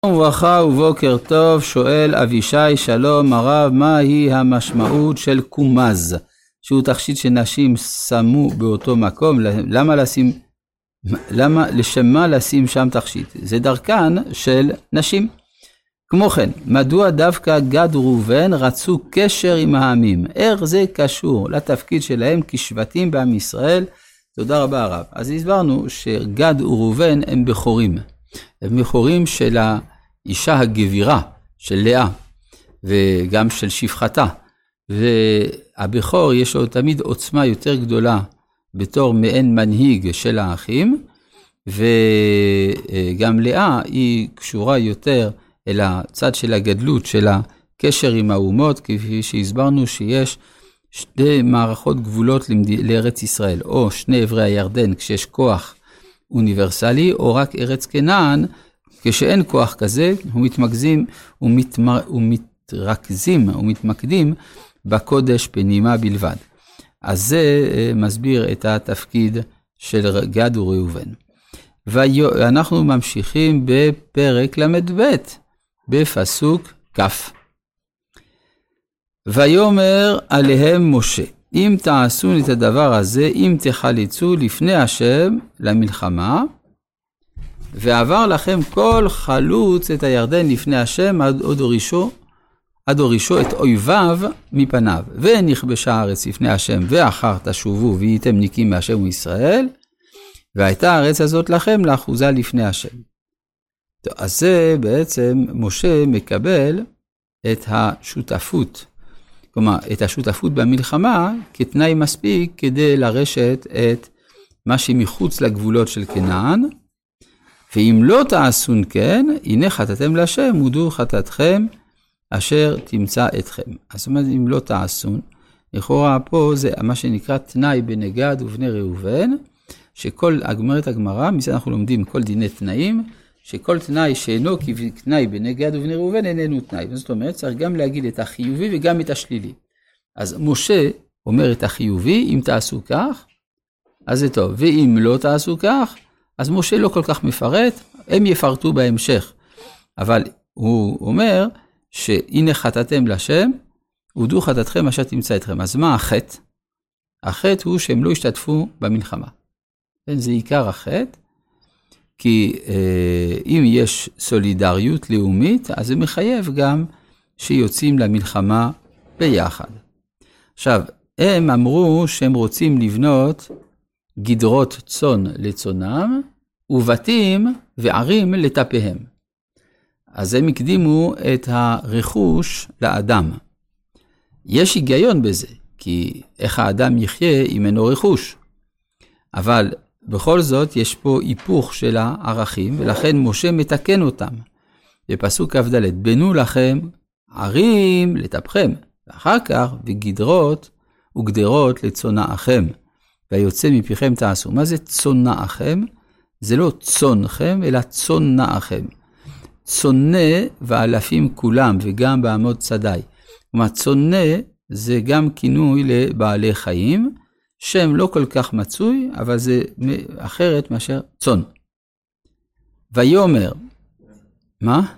וברכה ובוקר טוב, שואל אבישי, שלום הרב, מהי המשמעות של קומז, שהוא תכשיט שנשים שמו באותו מקום? לשם מה לשים שם תכשיט? זה דרכן של נשים. כמו כן, מדוע דווקא גד וראובן רצו קשר עם העמים? איך זה קשור לתפקיד שלהם כשבטים בעם ישראל? תודה רבה הרב. אז הסברנו שגד וראובן הם בכורים. הם בכורים של האישה הגבירה, של לאה, וגם של שפחתה. והבכור יש לו תמיד עוצמה יותר גדולה בתור מעין מנהיג של האחים, וגם לאה היא קשורה יותר אל הצד של הגדלות, של הקשר עם האומות, כפי שהסברנו שיש שתי מערכות גבולות לארץ ישראל, או שני עברי הירדן כשיש כוח אוניברסלי, או רק ארץ כנען, כשאין כוח כזה, ומתמקדים בקודש פנימה בלבד. אז זה מסביר את התפקיד של גד וראובן. ואנחנו ממשיכים בפרק למד ב' בפסוק כ'. ויאמר עליהם משה, אם תעשו את הדבר הזה, אם תחלצו לפני השם למלחמה, ועבר לכם כל חלוץ את הירדן לפני השם עד הורישו את אויביו מפניו, ונכבשה הארץ לפני השם, ואחר תשובו והייתם ניקים מהשם וישראל, והייתה הארץ הזאת לכם לאחוזה לפני השם. טוב, אז זה בעצם משה מקבל את השותפות, כלומר את השותפות במלחמה כתנאי מספיק כדי לרשת את מה שמחוץ לגבולות של כנען, ואם לא תעשון כן, הנה חטאתם להשם, הודו חטאתכם אשר תמצא אתכם. אז זאת אומרת, אם לא תעשון, לכאורה פה זה מה שנקרא תנאי בני גד ובני ראובן, שכל הגמרת הגמרא, מזה אנחנו לומדים כל דיני תנאים, שכל תנאי שאינו כתנאי בני גד ובני ראובן איננו תנאי. זאת אומרת, צריך גם להגיד את החיובי וגם את השלילי. אז משה אומר את החיובי, אם תעשו כך, אז זה טוב. ואם לא תעשו כך, אז משה לא כל כך מפרט, הם יפרטו בהמשך. אבל הוא אומר שהנה חטאתם להשם, הודו חטאתכם אשר תמצא אתכם. אז מה החטא? החטא הוא שהם לא השתתפו במלחמה. זה עיקר החטא, כי אם יש סולידריות לאומית, אז זה מחייב גם שיוצאים למלחמה ביחד. עכשיו, הם אמרו שהם רוצים לבנות גדרות צאן לצונם, ובתים וערים לטפיהם. אז הם הקדימו את הרכוש לאדם. יש היגיון בזה, כי איך האדם יחיה אם אינו רכוש. אבל בכל זאת יש פה היפוך של הערכים, ולכן משה מתקן אותם. בפסוק כ"ד, בנו לכם ערים לטפכם, ואחר כך וגדרות וגדרות לצונאכם. והיוצא מפיכם תעשו. מה זה צונאכם? זה לא צונכם, אלא צונאכם. צונא ואלפים כולם, וגם בעמוד צדי. כלומר, צונא זה גם כינוי לבעלי חיים, שם לא כל כך מצוי, אבל זה אחרת מאשר צון. ויאמר, מה?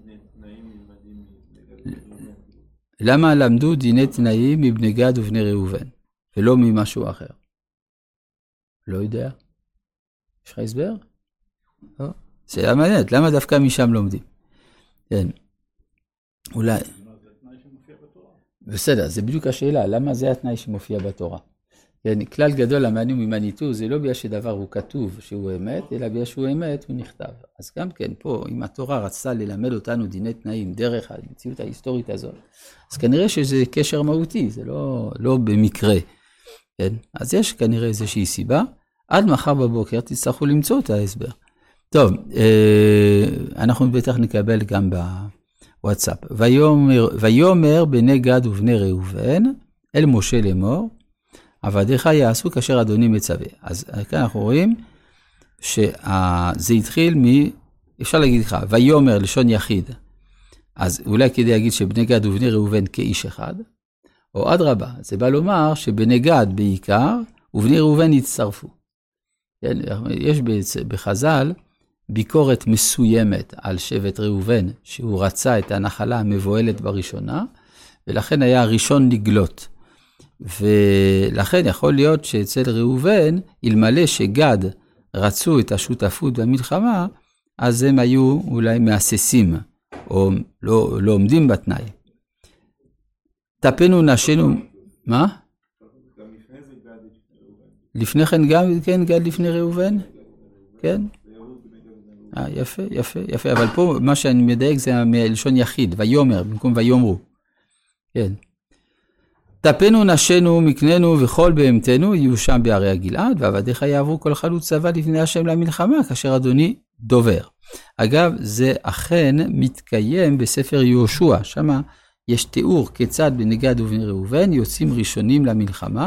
למה למדו דיני תנאים מבני גד ובני ראובן, ולא ממשהו אחר? לא יודע. יש לך הסבר? לא. שאלה מעניינת, למה דווקא משם לומדים? כן. אולי. זה התנאי שמופיע בתורה. בסדר, זה בדיוק השאלה, למה זה התנאי שמופיע בתורה? כן, כלל גדול המעניין ממניתו, זה לא בגלל שדבר הוא כתוב שהוא אמת, אלא בגלל שהוא אמת הוא נכתב. אז גם כן, פה, אם התורה רצתה ללמד אותנו דיני תנאים דרך המציאות ההיסטורית הזאת, אז כנראה שזה קשר מהותי, זה לא במקרה. כן? אז יש כנראה איזושהי סיבה, עד מחר בבוקר תצטרכו למצוא את ההסבר. טוב, אנחנו בטח נקבל גם בוואטסאפ. ויאמר בני גד ובני ראובן, אל משה לאמור, עבדיך יעשו כאשר אדוני מצווה. אז כאן אנחנו רואים שזה התחיל אפשר להגיד לך, ויאמר לשון יחיד. אז אולי כדי להגיד שבני גד ובני ראובן כאיש אחד, או עד רבה, זה בא לומר שבני גד בעיקר, ובני ראובן יצטרפו. יש בחז"ל ביקורת מסוימת על שבט ראובן, שהוא רצה את הנחלה המבועלת בראשונה, ולכן היה הראשון לגלות. ולכן יכול להיות שאצל ראובן, אלמלא שגד רצו את השותפות במלחמה, אז הם היו אולי מאססים, או לא עומדים בתנאי. טפנו נשינו, מה? לפני כן גם כן גד לפני ראובן? כן? יפה, יפה, יפה. אבל פה מה שאני מדייק זה מלשון יחיד, ויומר, במקום ויומרו. כן. טפנו נשינו מקננו וכל בהמתנו יהיו שם בערי הגלעד, ועבדיך יעברו כל חלוץ צבא לפני השם למלחמה, כאשר אדוני דובר. אגב, זה אכן מתקיים בספר יהושע, שמה יש תיאור כיצד בני גד ובני ראובן יוצאים ראשונים למלחמה,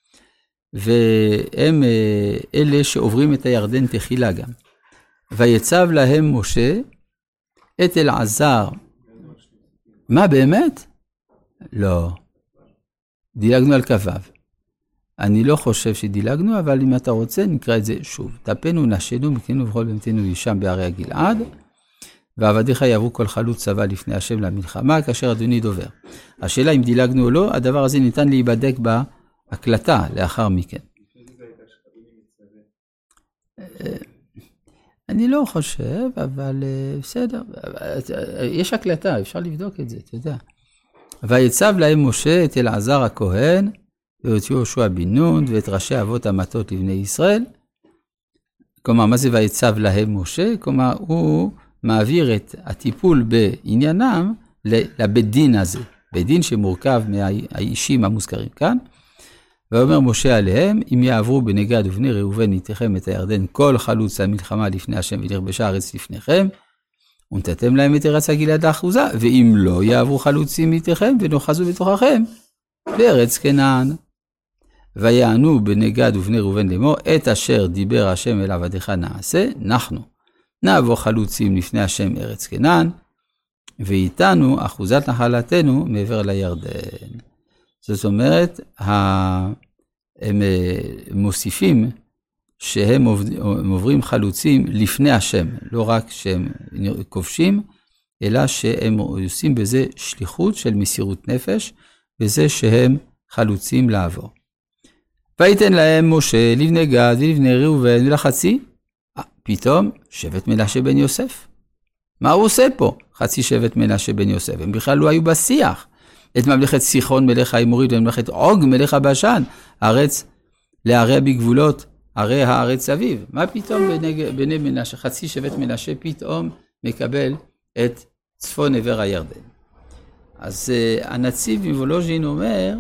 והם אלה שעוברים את הירדן תחילה גם. ויצב להם משה את אלעזר. מה באמת? לא. דילגנו על כ"ו. אני לא חושב שדילגנו, אבל אם אתה רוצה נקרא את זה שוב. טפנו נשינו מקננו וכל בהמתנו ישם בערי הגלעד, ועבדיך יעברו כל חלוץ צבא לפני השם למלחמה, כאשר אדוני דובר. השאלה אם דילגנו או לא, הדבר הזה ניתן להיבדק בהקלטה לאחר מכן. אני לא חושב, אבל בסדר. יש הקלטה, אפשר לבדוק את זה, אתה יודע. ויצב להם משה את אלעזר הכהן, ואת יהושע בן נון, ואת ראשי אבות המטות לבני ישראל. כלומר, מה זה ויצב להם משה? כלומר, הוא מעביר את הטיפול בעניינם לבית דין הזה. בית דין שמורכב מהאישים המוזכרים כאן. ואומר משה עליהם, אם יעברו בני גד ובני ראובן איתכם את הירדן, כל חלוץ המלחמה לפני השם ונכבשה הארץ לפניכם, ונתתם להם את ארץ הגלעד האחוזה, ואם לא יעברו חלוצים איתכם ונוחזו בתוככם, בארץ כנען. ויענו בני גד ובני ראובן לאמור, את אשר דיבר השם אל עבדיך נעשה, אנחנו נעבור חלוצים לפני השם ארץ כנען, ואיתנו אחוזת נחלתנו מעבר לירדן. זאת אומרת, הם מוסיפים שהם עוברים חלוצים לפני השם, לא רק שהם כובשים, אלא שהם עושים בזה שליחות של מסירות נפש, וזה שהם חלוצים לעבור. ויתן להם משה לבני גד ולבני ראובן ולחצי, פתאום שבט מנשה בן יוסף. מה הוא עושה פה? חצי שבט מנשה בן יוסף. הם בכלל לא היו בשיח. את ממלכת סיחון מלך האמורית וממלכת עוג מלך הבשן, הארץ לערי בגבולות, ערי הארץ סביב. מה פתאום בני מנשה, חצי שבט מנשה פתאום מקבל את צפון עבר הירדן. אז הנציב מוולוז'ין אומר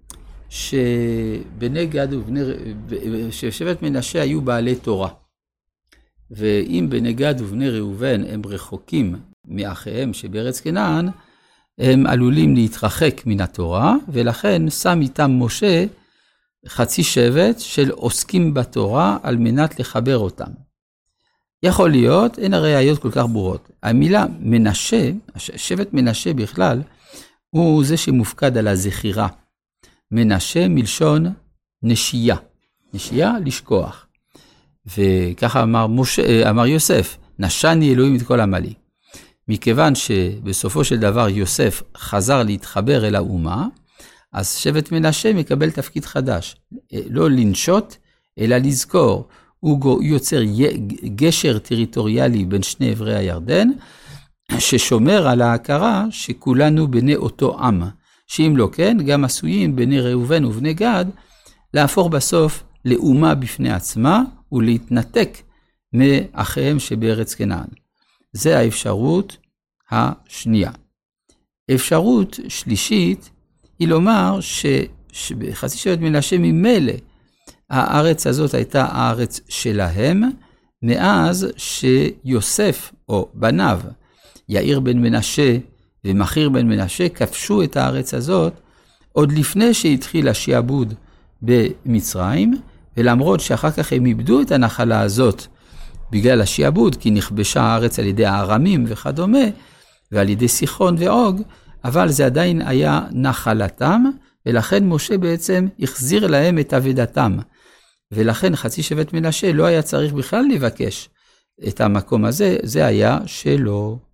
שבני גד ששבט מנשה היו בעלי תורה. ואם בני גד ובני ראובן הם רחוקים מאחיהם שבארץ כנען, הם עלולים להתרחק מן התורה, ולכן שם איתם משה חצי שבט של עוסקים בתורה על מנת לחבר אותם. יכול להיות, אין הראיות כל כך ברורות. המילה מנשה, שבט מנשה בכלל, הוא זה שמופקד על הזכירה. מנשה מלשון נשייה. נשייה לשכוח. וככה אמר יוסף, נשני אלוהים את כל עמלי. מכיוון שבסופו של דבר יוסף חזר להתחבר אל האומה, אז שבט מנשה מקבל תפקיד חדש. לא לנשות, אלא לזכור. הוא יוצר גשר טריטוריאלי בין שני עברי הירדן, ששומר על ההכרה שכולנו בני אותו עם. שאם לא כן, גם עשויים בני ראובן ובני גד, להפוך בסוף לאומה בפני עצמה, ולהתנתק מאחיהם שבארץ כנען. זה האפשרות השנייה. אפשרות שלישית היא לומר שבחצי שבט מנשה ממילא הארץ הזאת הייתה הארץ שלהם, מאז שיוסף או בניו, יאיר בן מנשה ומחיר בן מנשה, כבשו את הארץ הזאת עוד לפני שהתחיל השיעבוד במצרים, ולמרות שאחר כך הם איבדו את הנחלה הזאת בגלל השיעבוד, כי נכבשה הארץ על ידי הארמים וכדומה, ועל ידי סיחון ועוג, אבל זה עדיין היה נחלתם, ולכן משה בעצם החזיר להם את עבדתם. ולכן חצי שבט מנשה לא היה צריך בכלל לבקש את המקום הזה, זה היה שלו.